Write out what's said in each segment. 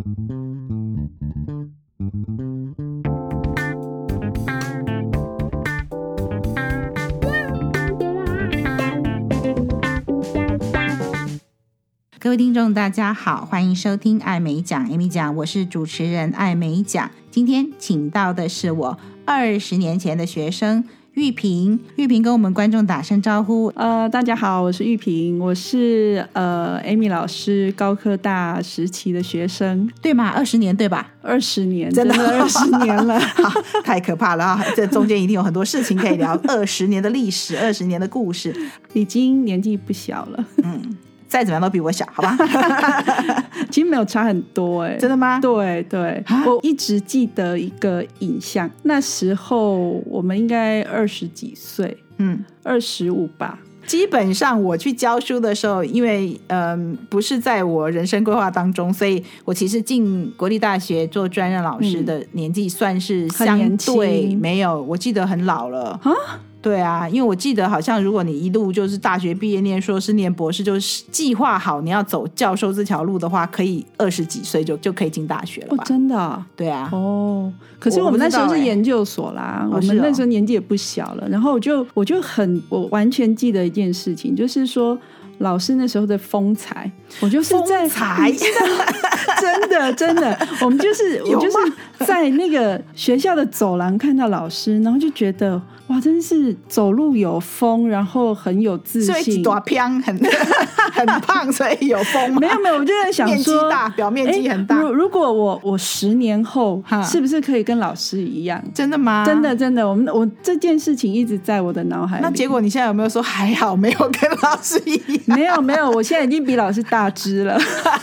各位听众大家好，欢迎收听艾美奖 Amy 讲，我是主持人艾美奖。今天请到的是我20年前的学生玉萍，玉萍跟我们观众打声招呼。 大家好，我是玉萍，我是Amy 老师高科大时期的学生， 对吗？20年对吧 ？20年， 真的 20年了好，太可怕了啊！这中间一定有很多事情可以聊，20年的历史，20年的故事， 已经年纪不小了。 再怎么样都比我小，好吧？ 其实没有差很多真的吗？ 对对，我一直记得一个影像，那时候我们应该20几岁，25吧。 基本上我去教书的时候，因为不是在我人生规划当中，所以我其实进国立大学做专任老师的年纪算是相对没有，我记得很老了啊。对啊，因为我记得好像如果你一路就是大学毕业念硕士念博士，就是计划好你要走教授这条路的话，可以20几岁就可以进大学了吧？ 真的啊？ 对啊。 可是我们那时候是研究所啦，我们那时候年纪也不小了。然后我完全记得一件事情，就是说老师那时候的风采，我就是在风采真的，我就是在那个学校的走廊看到老师，然后就觉得哇，真是走路有风，然后很有自信， 所以大胖很胖，所以有风吗？ 没有，我就在想说面积大，表面积很大。 如果我10年后是不是可以跟老师一样？ 真的吗？ 真的，我这件事情一直在我的脑海里。 那结果你现在有没有说还好没有跟老师一样？没有，我现在已经比老师大只了。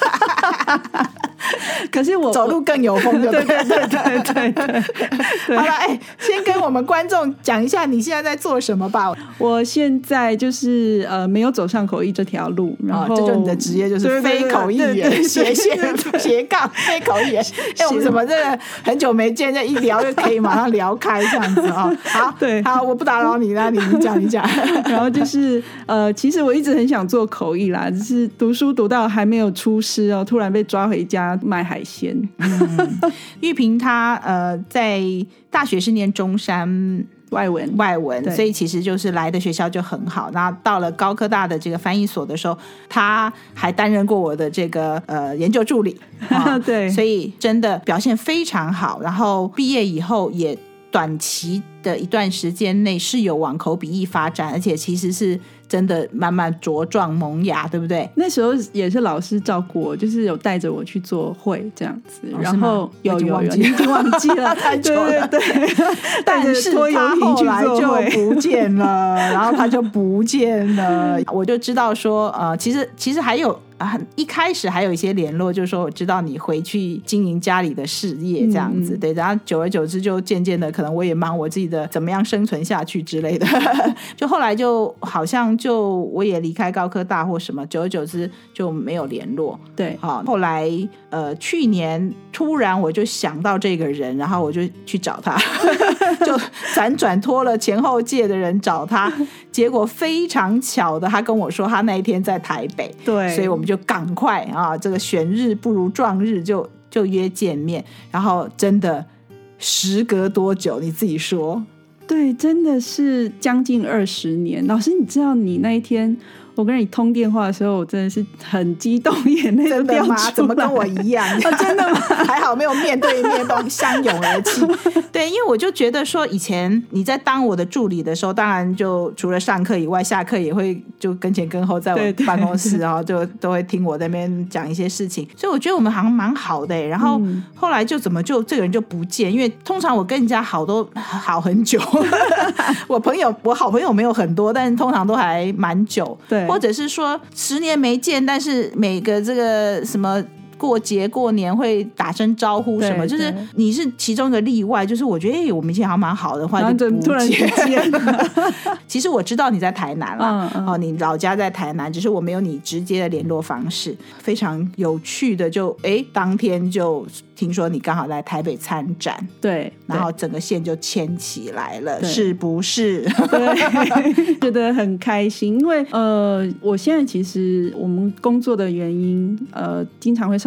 可是我走路更有风，对不对？ 对。 好了，先跟我们观众讲一下你现在在做什么吧。 我现在就是没有走上口译这条路，然后这就是你的职业，就是非口译员，斜杠非口译员。我们怎么这个很久没见，这一聊就可以马上聊开这样子哦。好，我不打扰你了，你讲。 然后就是其实我一直很想做口译啦，只是读书读到还没有出师哦，突然被抓回家卖海鲜。 玉萍她在大学是念中山外文，所以其实就是来的学校就很好。那到了高科大的这个翻译所的时候，他还担任过我的这个研究助理对， 所以真的表现非常好。然后毕业以后也短期的一段时间内是有往口笔译发展，而且其实是真的慢慢茁壮萌芽，对不对？ 那时候也是老师照顾我，就是有带着我去做会这样子，然后有已经忘记了太久了，对。 但是他后来就不见了，然后他就不见了，我就知道说其实还有一开始还有一些联络，就是说我知道你回去经营家里的事业这样子，对。然后久而久之就渐渐的，可能我也忙我自己的怎么样生存下去之类的就后来就好像就我也离开高科大或什么，久而久之就没有联络。 对， 后来去年突然我就想到这个人，然后我就去找他就辗转拖了前后届的人找他，结果非常巧的他跟我说他那一天在台北， 对， 所以我们就赶快这个选日不如撞日，就约见面。然后真的时隔多久你自己说？ 对，真的是将近20年。老师，你知道你那一天我跟你通电话的时候，我真的是很激动，眼泪都掉出来。 怎么跟我一样真的吗？ 还好没有面对面都相拥而泣对，因为我就觉得说以前你在当我的助理的时候，当然就除了上课以外，下课也会就跟前跟后在我办公室，然后就都会听我在那边讲一些事情，所以我觉得我们好像蛮好的然后后来就怎么就这个人就不见，因为通常我跟人家好都好很久我好朋友没有很多，但是通常都还蛮久，对，或者是说10年没见，但是每个这个什么过节过年会打声招呼什么，就是你是其中一个例外，就是我觉得我们以前好像蛮好的，后来就不见其实我知道你在台南啦，你老家在台南，只是我没有你直接的联络方式。非常有趣的就当天就听说你刚好来台北参展，对，然后整个线就牵起来了，是不是？ 对，觉得很开心，因为我现在其实我们工作的原因经常会上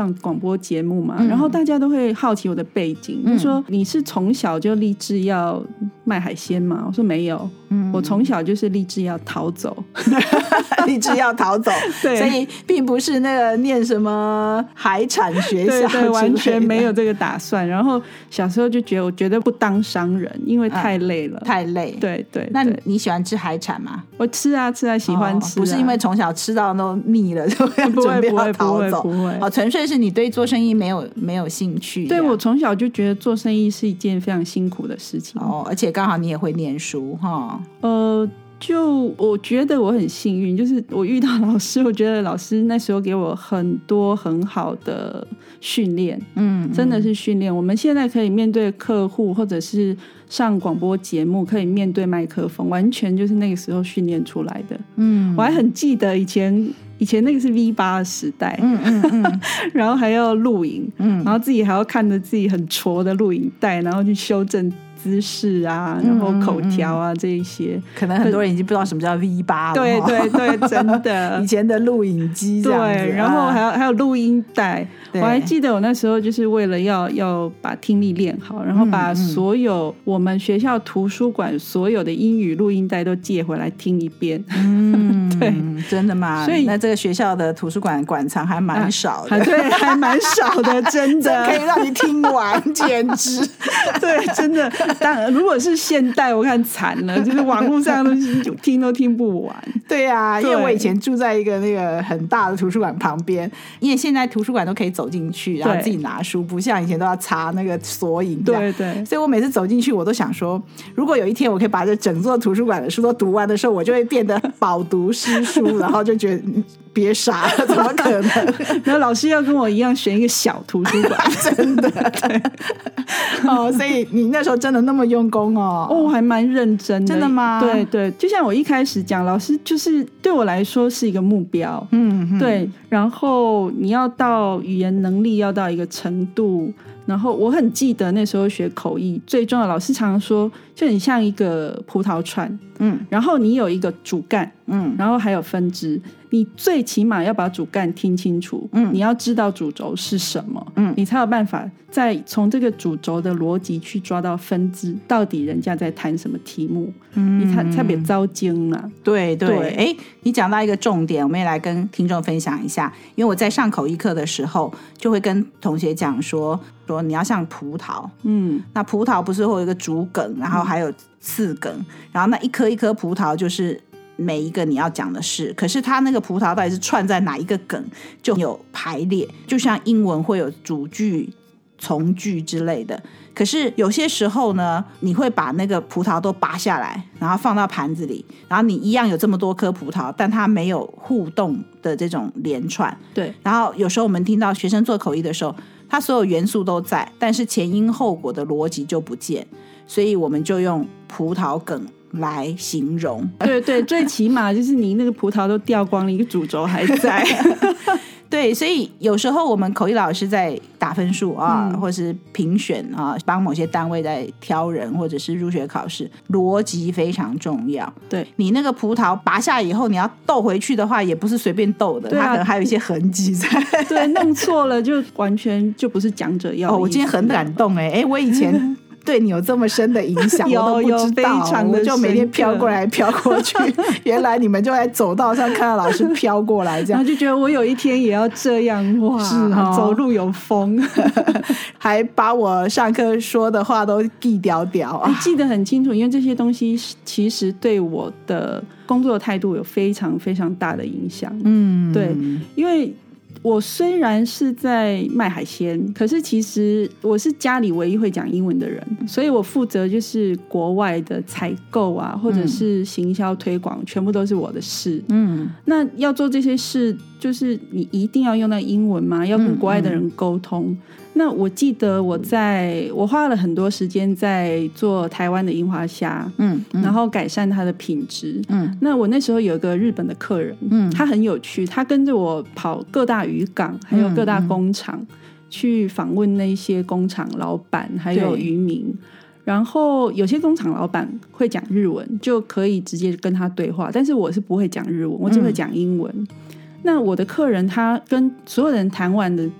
上广播节目嘛，然后大家都会好奇我的背景，就说你是从小就立志要卖海鲜吗？我说没有，我从小就是立志要逃走立志要逃走对， 所以并不是那个念什么海产学校， 对，完全没有这个打算。然后小时候就觉得我绝对不当商人，因为太累了， 太累。 对对， 那你喜欢吃海产吗？ 我吃啊，喜欢吃不是因为从小吃到都腻了就准备要逃走， 不会纯粹是你对做生意没有兴趣。 对，我从小就觉得做生意是一件非常辛苦的事情而且刚好你也会念书哈。 就我觉得我很幸运，就是我遇到老师，我觉得老师那时候给我很多很好的训练，真的是训练。我们现在可以面对客户，或者是上广播节目，可以面对麦克风，完全就是那个时候训练出来的。我还很记得以前那个是 V8 的时代，然后还要录影，然后自己还要看着自己很挫的录影带，然后去修正姿势啊，然后口条啊，这一些可能很多人已经不知道什么叫 V8 了。 对对对，真的以前的录影机这样子， 对，然后还有录音带。我还记得我那时候就是为了要把听力练好，然后把所有我们学校图书馆所有的英语录音带都借回来听一遍。对， 真的吗？所以那这个学校的图书馆馆藏还蛮少的， 对，还蛮少的，真的可以让你听完，简直对，真的。当然，如果是现代，我看惨了，就是网络上的东西听都听不完。 对啊，因为我以前住在一个那个很大的图书馆旁边，因为现在图书馆都可以走进去，然后自己拿书，不像以前都要查那个索引。 对对， 所以我每次走进去，我都想说，如果有一天我可以把这整座图书馆的书都读完的时候，我就会变得饱读诗书，然后就觉得别傻了，怎么可能？ 然后老师要跟我一样选一个小图书馆， 真的。对所以你那时候真的那么用功哦？ 我还蛮认真的。 真的吗？ 对对，就像我一开始讲，老师就是对我来说是一个目标，对。然后你要到语言能力要到一个程度，然后我很记得那时候学口译最重要的，老师常常说，就很像一个葡萄串，然后你有一个主干，然后还有分支，你最起码要把主干听清楚，你要知道主轴是什么，你才有办法再从这个主轴的逻辑去抓到分支，到底人家在谈什么题目，你才别糟精了。 对对，你讲到一个重点，我们也来跟听众分享一下。因为我在上口译课的时候，就会跟同学讲说你要像葡萄，那葡萄不是会有一个主梗，然后还有次梗，然后那一颗一颗葡萄就是每一个你要讲的事，可是它那个葡萄到底是串在哪一个梗就有排列，就像英文会有主句从句之类的。可是有些时候呢，你会把那个葡萄都拔下来，然后放到盘子里，然后你一样有这么多颗葡萄，但它没有互动的这种连串。 对， 然后有时候我们听到学生做口译的时候，它所有元素都在，但是前因后果的逻辑就不见，所以我们就用葡萄梗来形容。 对对，最起码就是你那个葡萄都掉光了，一个主轴还在。 对，所以有时候我们口译老师在打分数啊，或是评选啊，帮某些单位在挑人，或者是入学考试，逻辑非常重要。 对， 你那个葡萄拔下以后，你要斗回去的话，也不是随便斗的，它可能还有一些痕迹在。对， 弄错了就完全就不是讲者要的意思。 我今天很感动我以前对你有这么深的影响，我都不知道， 非常的我就每天飘过来飘过去。原来你们就在走道上看到老师飘过来，这样然后就觉得我有一天也要这样，哇，是走路有风， 还把我上课说的话都记掉掉， 记得很清楚，因为这些东西其实对我的工作态度有非常非常大的影响。对，因为我虽然是在卖海鲜，可是其实我是家里唯一会讲英文的人，所以我负责就是国外的采购啊，或者是行销推广，全部都是我的事。那要做这些事，就是你一定要用到英文嘛，要跟国外的人沟通。那我记得我花了很多时间在做台湾的樱花虾，然后改善它的品质。那我那时候有一个日本的客人，他很有趣，他跟着我跑各大渔港还有各大工厂，去访问那些工厂老板还有渔民，然后有些工厂老板会讲日文，就可以直接跟他对话，但是我是不会讲日文，我只会讲英文。那我的客人他跟所有人谈完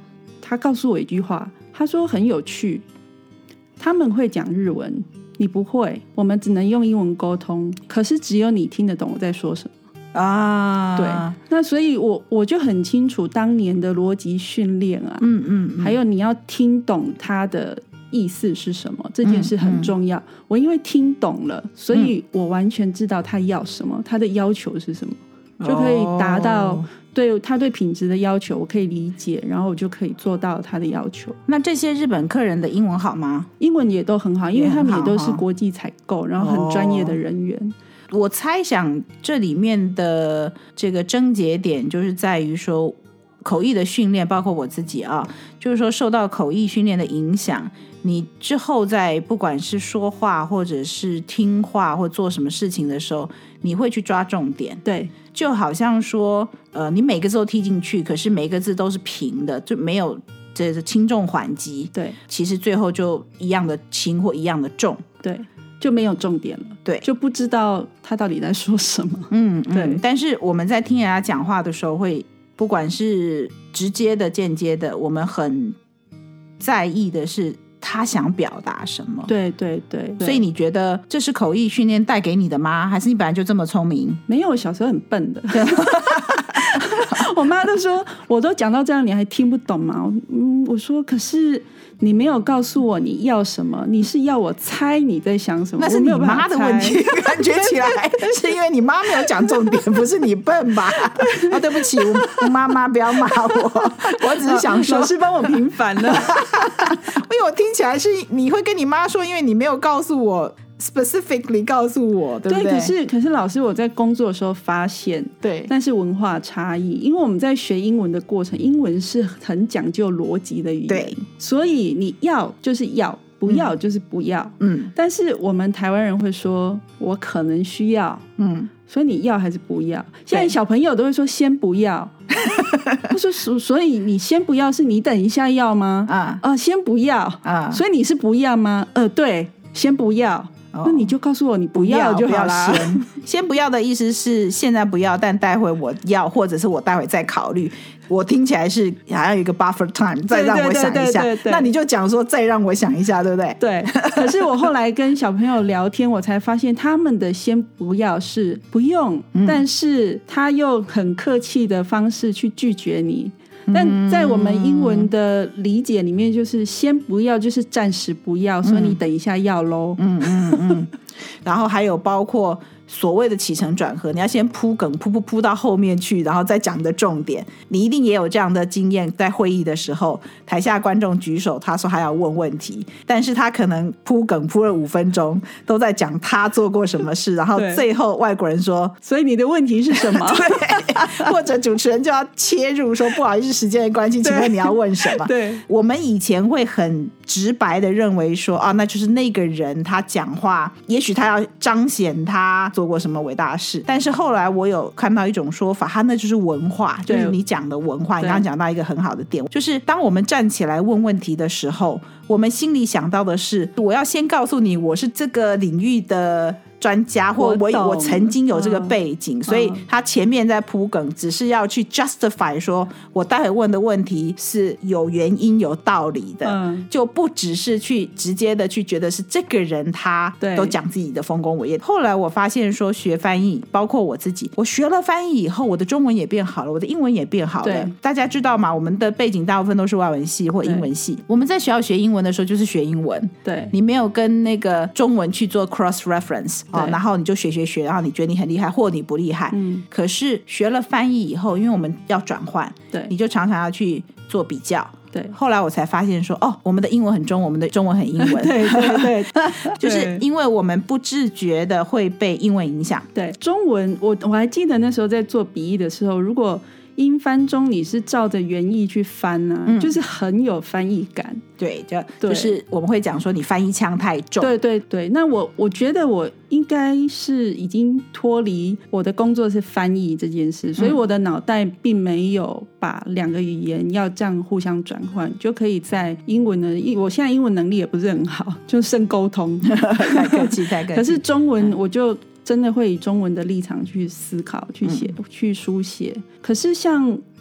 他告诉我一句话，他说很有趣，他们会讲日文，你不会，我们只能用英文沟通，可是只有你听得懂我在说什么啊。对，那所以我就很清楚当年的逻辑训练啊，还有你要听懂他的意思是什么，这件事很重要。我因为听懂了，所以我完全知道他要什么，他的要求是什么，就可以达到对他对品质的要求，我可以理解，然后我就可以做到他的要求。 那这些日本客人的英文好吗？ 英文也都很好，因为他们也都是国际采购，然后很专业的人员。 我猜想这里面的这个症结点就是在于说口译的训练，包括我自己啊，就是说受到口译训练的影响，你之后在不管是说话或者是听话或做什么事情的时候，你会去抓重点。 对， 就好像说你每个字都踢进去，可是每个字都是平的，就没有这个轻重缓急。 对， 其实最后就一样的轻或一样的重。 对，就没有重点了。 对， 就不知道他到底在说什么。对。 但是我们在听人家讲话的时候，会不管是直接的间接的，我们很在意的是他想表达什么。 对对对。 所以你觉得这是口译训练带给你的吗？还是你本来就这么聪明？ 没有，我小时候很笨的。我妈都说我都讲到这样你还听不懂吗？我说可是你没有告诉我你要什么，你是要我猜你在想什么。 那是你妈的问题，感觉起来是因为你妈没有讲重点，不是你笨吧？对不起，妈妈不要骂我，我只是想说老师帮我平反了。 因为我听起来是你会跟你妈说，因为你没有告诉我specifically 告诉我，对不对？ 对，可是老师，我在工作的时候发现， 对， 但是文化差异，因为我们在学英文的过程，英文是很讲究逻辑的语言， 对， 所以你要就是要，不要就是不要，但是我们台湾人会说，我可能需要，所以你要还是不要？现在小朋友都会说先不要。他说所以你先不要是你等一下要吗？先不要，所以你是不要吗？对，先不要。那你就告诉我你不要就好啦。 先不要的意思是现在不要，但待会我要，或者是我待会再考虑。我听起来是好像有一个 buffer time， 再让我想一下。那你就讲说再让我想一下，对不对？ 对。可是我后来跟小朋友聊天，我才发现他们的先不要是不用，但是他用很客气的方式去拒绝你。但在我们英文的理解里面，就是先不要就是暂时不要，所以你等一下要咯。 然后还有包括所谓的起承转合，你要先铺梗铺到后面去，然后再讲的重点。你一定也有这样的经验，在会议的时候，台下观众举手，他说他要问问题，但是他可能铺梗铺了5分钟，都在讲他做过什么事，然后最后外国人说， 所以你的问题是什么？ 对，或者主持人就要切入说，不好意思，时间的关系，请问你要问什么？ 对， 我们以前会很直白的认为说，那就是那个人他讲话，也许他要彰显他做过什么伟大的事，但是后来我有看到一种说法，他那就是文化，就是你讲的文化。你刚刚讲到一个很好的点，就是当我们站起来问问题的时候，我们心里想到的是，我要先告诉你我是这个领域的专家，或我曾经有这个背景，所以他前面在铺梗，只是要去 justify 说我待会问的问题是有原因有道理的，就不只是去直接的去觉得是这个人他都讲自己的丰功伟业。后来我发现说学翻译，包括我自己，我学了翻译以后，我的中文也变好了，我的英文也变好了。大家知道吗？我们的背景大部分都是外文系或英文系，我们在学校学英文的时候就是学英文， 对， 你没有跟那个中文去做 cross reference，然后你就学，然后你觉得你很厉害或你不厉害，可是学了翻译以后，因为我们要转换， 对， 你就常常要去做比较。 对， 后来我才发现说，我们的英文很中，我们的中文很英文。 对对对， 就是因为我们不自觉的会被英文影响。 对，中文我还记得那时候在做笔译的时候，如果英翻中你是照着原意去翻啊，就是很有翻译感。 对，就是我们会讲说你翻译腔太重。 对对对，那我觉得我应该是已经脱离我的工作是翻译这件事，所以我的脑袋并没有把2个语言要这样互相转换，就可以在英文的，我现在英文能力也不是很好，就剩沟通。 太客气太客气。 可是中文我就真的会以中文的立场去思考，去写，去书写。可是像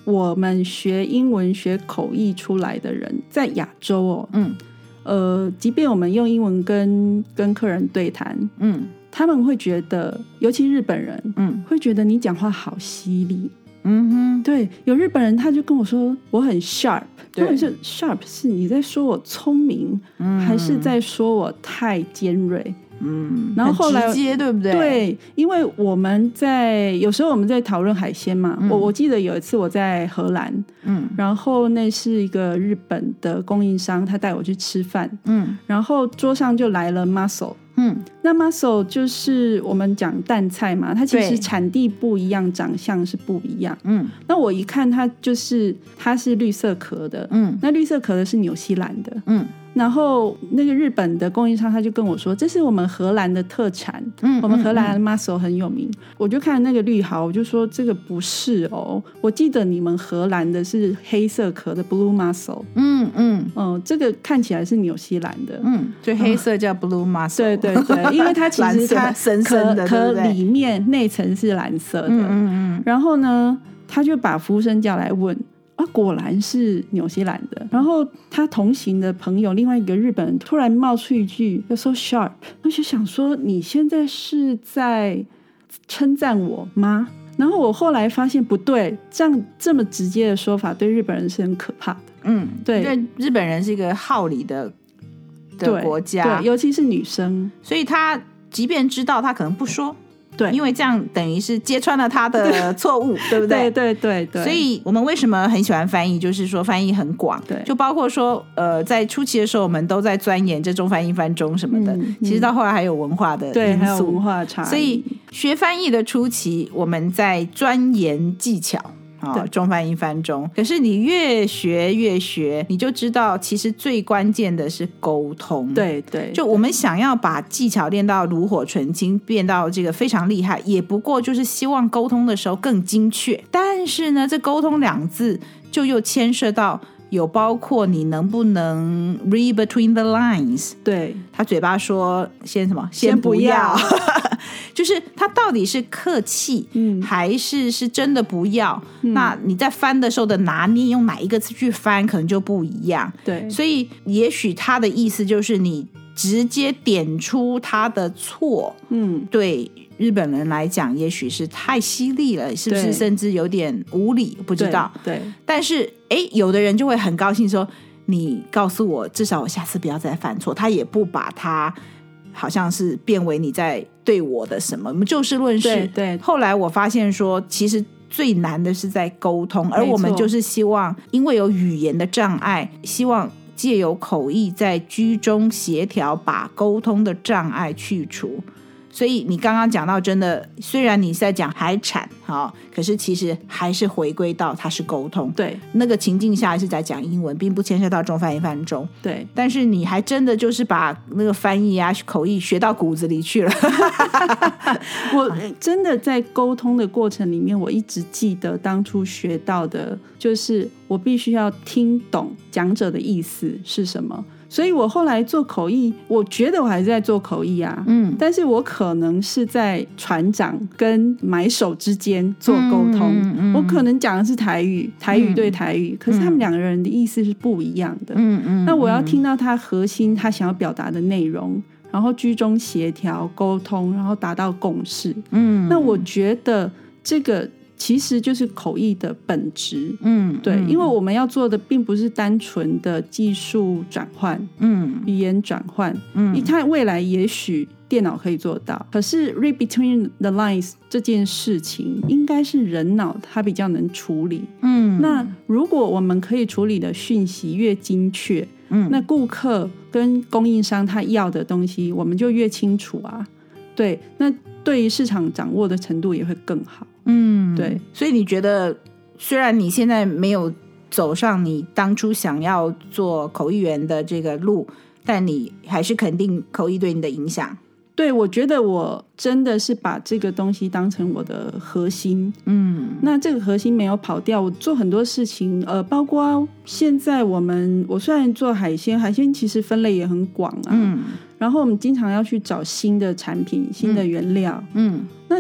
我们学英文学口译出来的人在亚洲即便我们用英文跟客人对谈，他们会觉得，尤其日本人，会觉得你讲话好犀利。对，有日本人他就跟我说我很 sharp， 对，是 sharp 是你在说我聪明，还是在说我太尖锐？然后后来很直接，对不对？ 对，因为我们有时候我们在讨论海鲜嘛，我记得有一次我在荷兰，然后那是一个日本的供应商，他带我去吃饭，然后桌上就来了 mussel。那 mussel 就是我们讲淡菜嘛，它其实产地不一样，长相是不一样。那我一看它是绿色壳的，那绿色壳的是纽西兰的，然后那个日本的供应商他就跟我说，这是我们荷兰的特产，我们荷兰的 mussel 很有名。我就看那个绿毫，我就说这个不是哦，我记得你们荷兰的是黑色壳的 blue mussel， 这个看起来是纽西兰的， 就黑色叫 blue mussel， 对对对，因为它其实它深深的壳里面内层是蓝色的，然后呢，他就把服务生叫来问。果然是纽西兰的。然后他同行的朋友另外一个日本人突然冒出一句 You're so sharp， 我就想说你现在是在称赞我吗？然后我后来发现不对，这么直接的说法对日本人是很可怕的。对， 因为日本人是一个好礼的国家， 对，尤其是女生， 所以他即便知道他可能不说， 对， 因为这样等于是揭穿了他的错误，对不对？ 对对对。 所以我们为什么很喜欢翻译，就是说翻译很广， 对， 就包括说在初期的时候，我们都在钻研这中翻英翻中什么的，其实到后来还有文化的因素， 对，还有文化差异。 所以学翻译的初期，我们在钻研技巧。中翻英翻中，可是你越学，你就知道其实最关键的是沟通。 对对， 就我们想要把技巧练到炉火纯青，变到这个非常厉害，也不过就是希望沟通的时候更精确。但是呢，这沟通两字就又牵涉到有包括你能不能 read between the lines。 对， 他嘴巴说先什么，先不要就是他到底是客气，还是真的不要，那你在翻的时候的拿捏，用哪一个字去翻可能就不一样。 对， 所以也许他的意思就是你直接点出他的错，对日本人来讲也许是太犀利了，是不是甚至有点无理，不知道。 对， 但是有的人就会很高兴说你告诉我，至少我下次不要再犯错，他也不把它好像是变为你在对我的什么，我们就事论事。 对， 后来我发现说其实最难的是在沟通，而我们就是希望因为有语言的障碍，希望借由口译在居中协调，把沟通的障碍去除。所以你刚刚讲到真的，虽然你是在讲海产，可是其实还是回归到它是沟通。 对，那个情境下是在讲英文，并不牵涉到中翻英翻中。 对， 但是你还真的就是把那个翻译啊口译学到骨子里去了。 我真的在沟通的过程里面，我一直记得当初学到的就是我必须要听懂讲者的意思是什么。所以我后来做口译，我觉得我还是在做口译啊，但是我可能是在船长跟买手之间做沟通，我可能讲的是台语对台语，可是他们两个人的意思是不一样的，那我要听到他核心他想要表达的内容，然后居中协调沟通，然后达到共识，那我觉得这个其实就是口译的本质，对，因为我们要做的并不是单纯的技术转换，语言转换，你看未来也许电脑可以做到，可是 read between the lines 这件事情应该是人脑它比较能处理，那如果我们可以处理的讯息越精确，那顾客跟供应商他要的东西我们就越清楚啊，对，那对于市场掌握的程度也会更好。对， 所以你觉得虽然你现在没有走上你当初想要做口译员的这个路，但你还是肯定口译对你的影响。 对，我觉得我真的是把这个东西当成我的核心，那这个核心没有跑掉，我做很多事情，包括现在我虽然做海鲜其实分类也很广啊，然后我们经常要去找新的产品、新的原料，那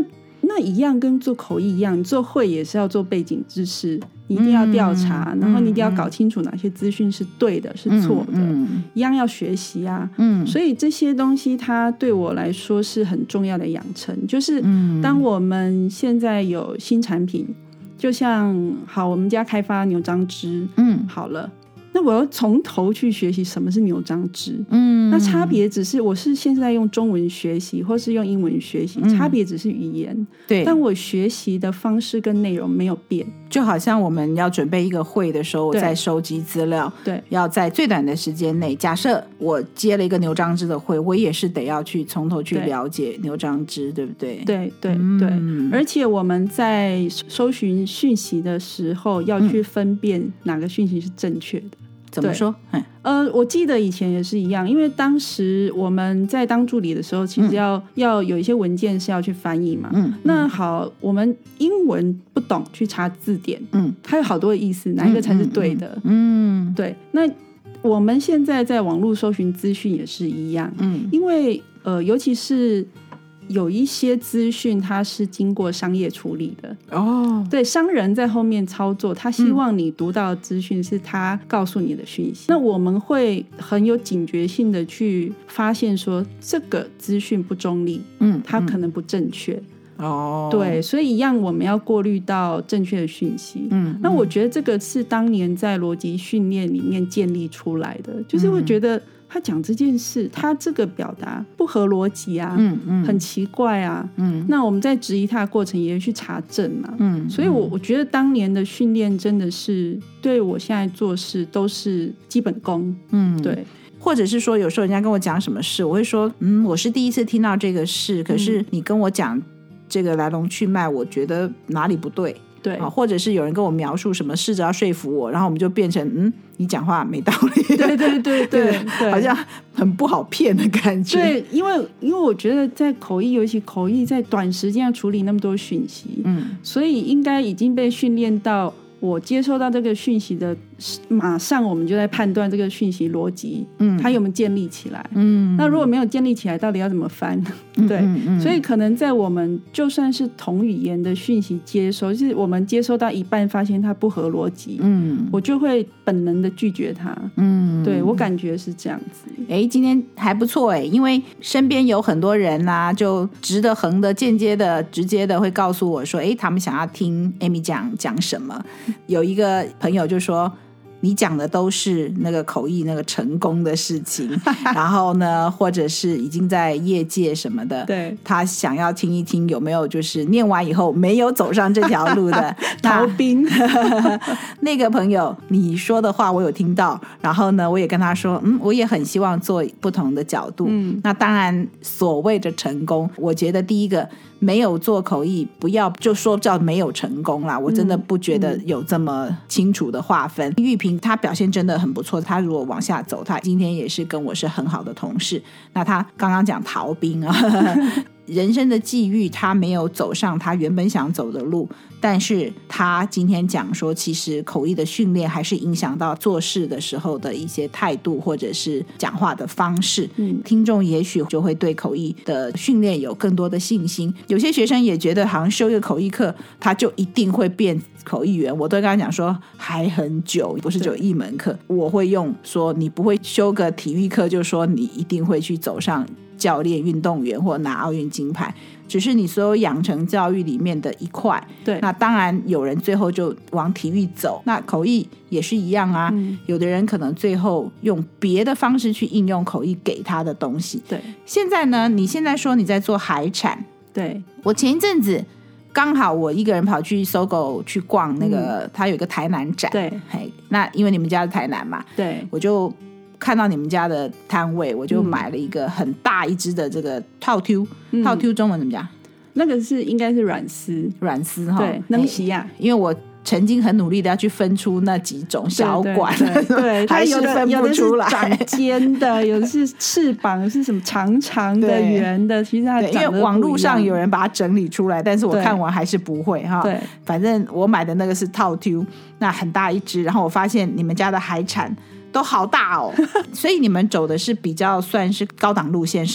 那一样跟做口译一样，你做会也是要做背景知识，你一定要调查，然后你一定要搞清楚哪些资讯是对的是错的，一样要学习啊。所以这些东西它对我来说是很重要的养成，就是当我们现在有新产品，就像好我们家开发牛樟芝，好了，那我要从头去学习什么是牛樟芝，那差别只是我是现在用中文学习或是用英文学习，差别只是语言，对，但我学习的方式跟内容没有变。 就好像我们要准备一个会的时候，我在收集资料，对，要在最短的时间内，假设我接了一个牛樟芝的会，我也是得要去从头去了解牛樟芝，对不对？对对对，而且我们在搜寻讯息的时候要去分辨哪个讯息是正确的。 怎么说？ 我记得以前也是一样，因为当时我们在当助理的时候，其实要有一些文件是要去翻译嘛。那好，我们英文不懂，去查字典，它有好多的意思，哪一个才是对的？对。那我们现在在网络搜寻资讯也是一样，因为尤其是有一些资讯它是经过商业处理的对，商人在后面操作，他希望你读到的资讯是他告诉你的讯息，那我们会很有警觉性的去发现说这个资讯不中立，它可能不正确对，所以一样我们要过滤到正确的讯息。那我觉得这个是当年在逻辑训练里面建立出来的，就是会觉得他讲这件事，他这个表达不合逻辑啊，很奇怪啊，那我们在质疑他的过程也去查证嘛，所以我觉得当年的训练真的是对我现在做事都是基本功，对。 或者是说有时候人家跟我讲什么事，我会说我是第一次听到这个事，可是你跟我讲这个来龙去脉，我觉得哪里不对，对，或者是有人跟我描述什么，试着要说服我，然后我们就变成你讲话没道理， 对对对 对， 好像很不好骗的感觉。 对，因为我觉得在口译，尤其口译在短时间要处理那么多讯息，所以应该已经被训练到我接收到这个讯息的马上我们就在判断这个讯息逻辑它有没有建立起来，那如果没有建立起来到底要怎么翻对，所以可能在我们就算是同语言的讯息接收，就是我们接收到一半发现它不合逻辑，我就会本能的拒绝它，对，我感觉是这样子。 今天还不错因为身边有很多人啊，就直的横的间接的直接的会告诉我说他们想要听 Amy 讲什么。有一个朋友就说你讲的都是那个口译那个成功的事情然后呢或者是已经在业界什么的，对，他想要听一听有没有就是念完以后没有走上这条路的逃兵那个朋友你说的话我有听到，然后呢我也跟他说我也很希望做不同的角度，那当然所谓的成功，我觉得第一个没有做口译不要就说叫没有成功啦，我真的不觉得有这么清楚的划分。玉萍她表现真的很不错，她如果往下走，她今天也是跟我是很好的同事。那她刚刚讲逃兵人生的际遇他没有走上他原本想走的路，但是他今天讲说其实口译的训练还是影响到做事的时候的一些态度或者是讲话的方式，听众也许就会对口译的训练有更多的信心。有些学生也觉得好像修一个口译课他就一定会变口译员，我都跟他讲说还很久，不是只有一门课。我会用说你不会修个体育课就说你一定会去走上教练运动员或拿奥运金牌，只是你所有养成教育里面的一块。对，那当然有人最后就往体育走，那口译也是一样啊，有的人可能最后用别的方式去应用口译给他的东西。对，现在呢你现在说你在做海产，对，我前一阵子刚好我一个人跑去SOGO去逛那个他有一个台南展，对，那因为你们家是台南嘛，对，我就看到你们家的摊位，我就买了一个很大一只的这个套 Q，套 Q 中文怎么讲？ 那个是应该是软丝对，能洗呀。 因为我曾经很努力的要去分出那几种小管， 对， 还是分不出来。 有的是长尖的，有的是翅膀是什么长长的、圆的，其实它长得不一样。 因为网络上有人把它整理出来，但是我看完还是不会哈。对，反正我买的那个是套 Q，那很大一只，然后我发现你们家的海产都好大哦所以你们走的是比较算是高档路线是吗？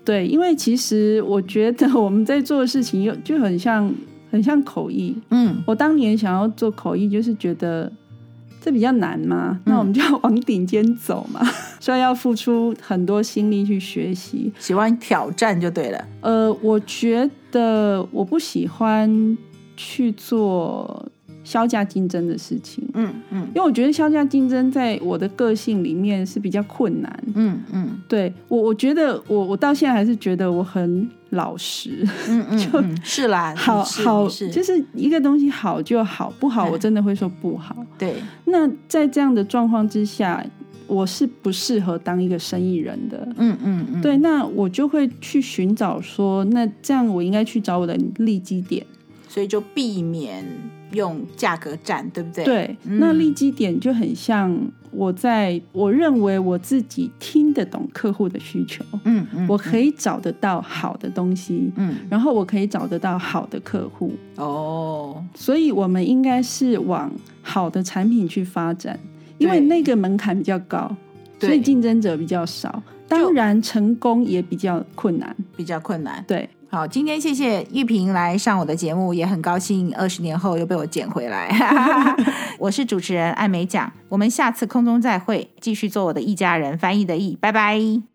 对，因为其实我觉得我们在做的事情就很像口译。我当年想要做口译，就是觉得这比较难嘛，那我们就要往顶尖走嘛，所以要付出很多心力去学习， 喜欢挑战就对了。 我觉得我不喜欢去做销价竞争的事情，因为我觉得销价竞争在我的个性里面是比较困难，对，我觉得我到现在还是觉得我很老实， 是啦， 好，就是一个东西好就好，不好我真的会说不好。 对， 那在这样的状况之下，我是不适合当一个生意人的，对，那我就会去寻找说，那这样我应该去找我的利基点， 所以就避免用价格战，对不对？ 对，那利基点就很像我认为我自己听得懂客户的需求，我可以找得到好的东西，然后我可以找得到好的客户，所以我们应该是往好的产品去发展，因为那个门槛比较高，所以竞争者比较少，当然成功也比较困难，对。 好，今天谢谢玉萍来上我的节目，也很高兴20年后又被我捡回来。我是主持人艾美奖，我们下次空中再会，继续做我的译家人，翻译的译，拜拜。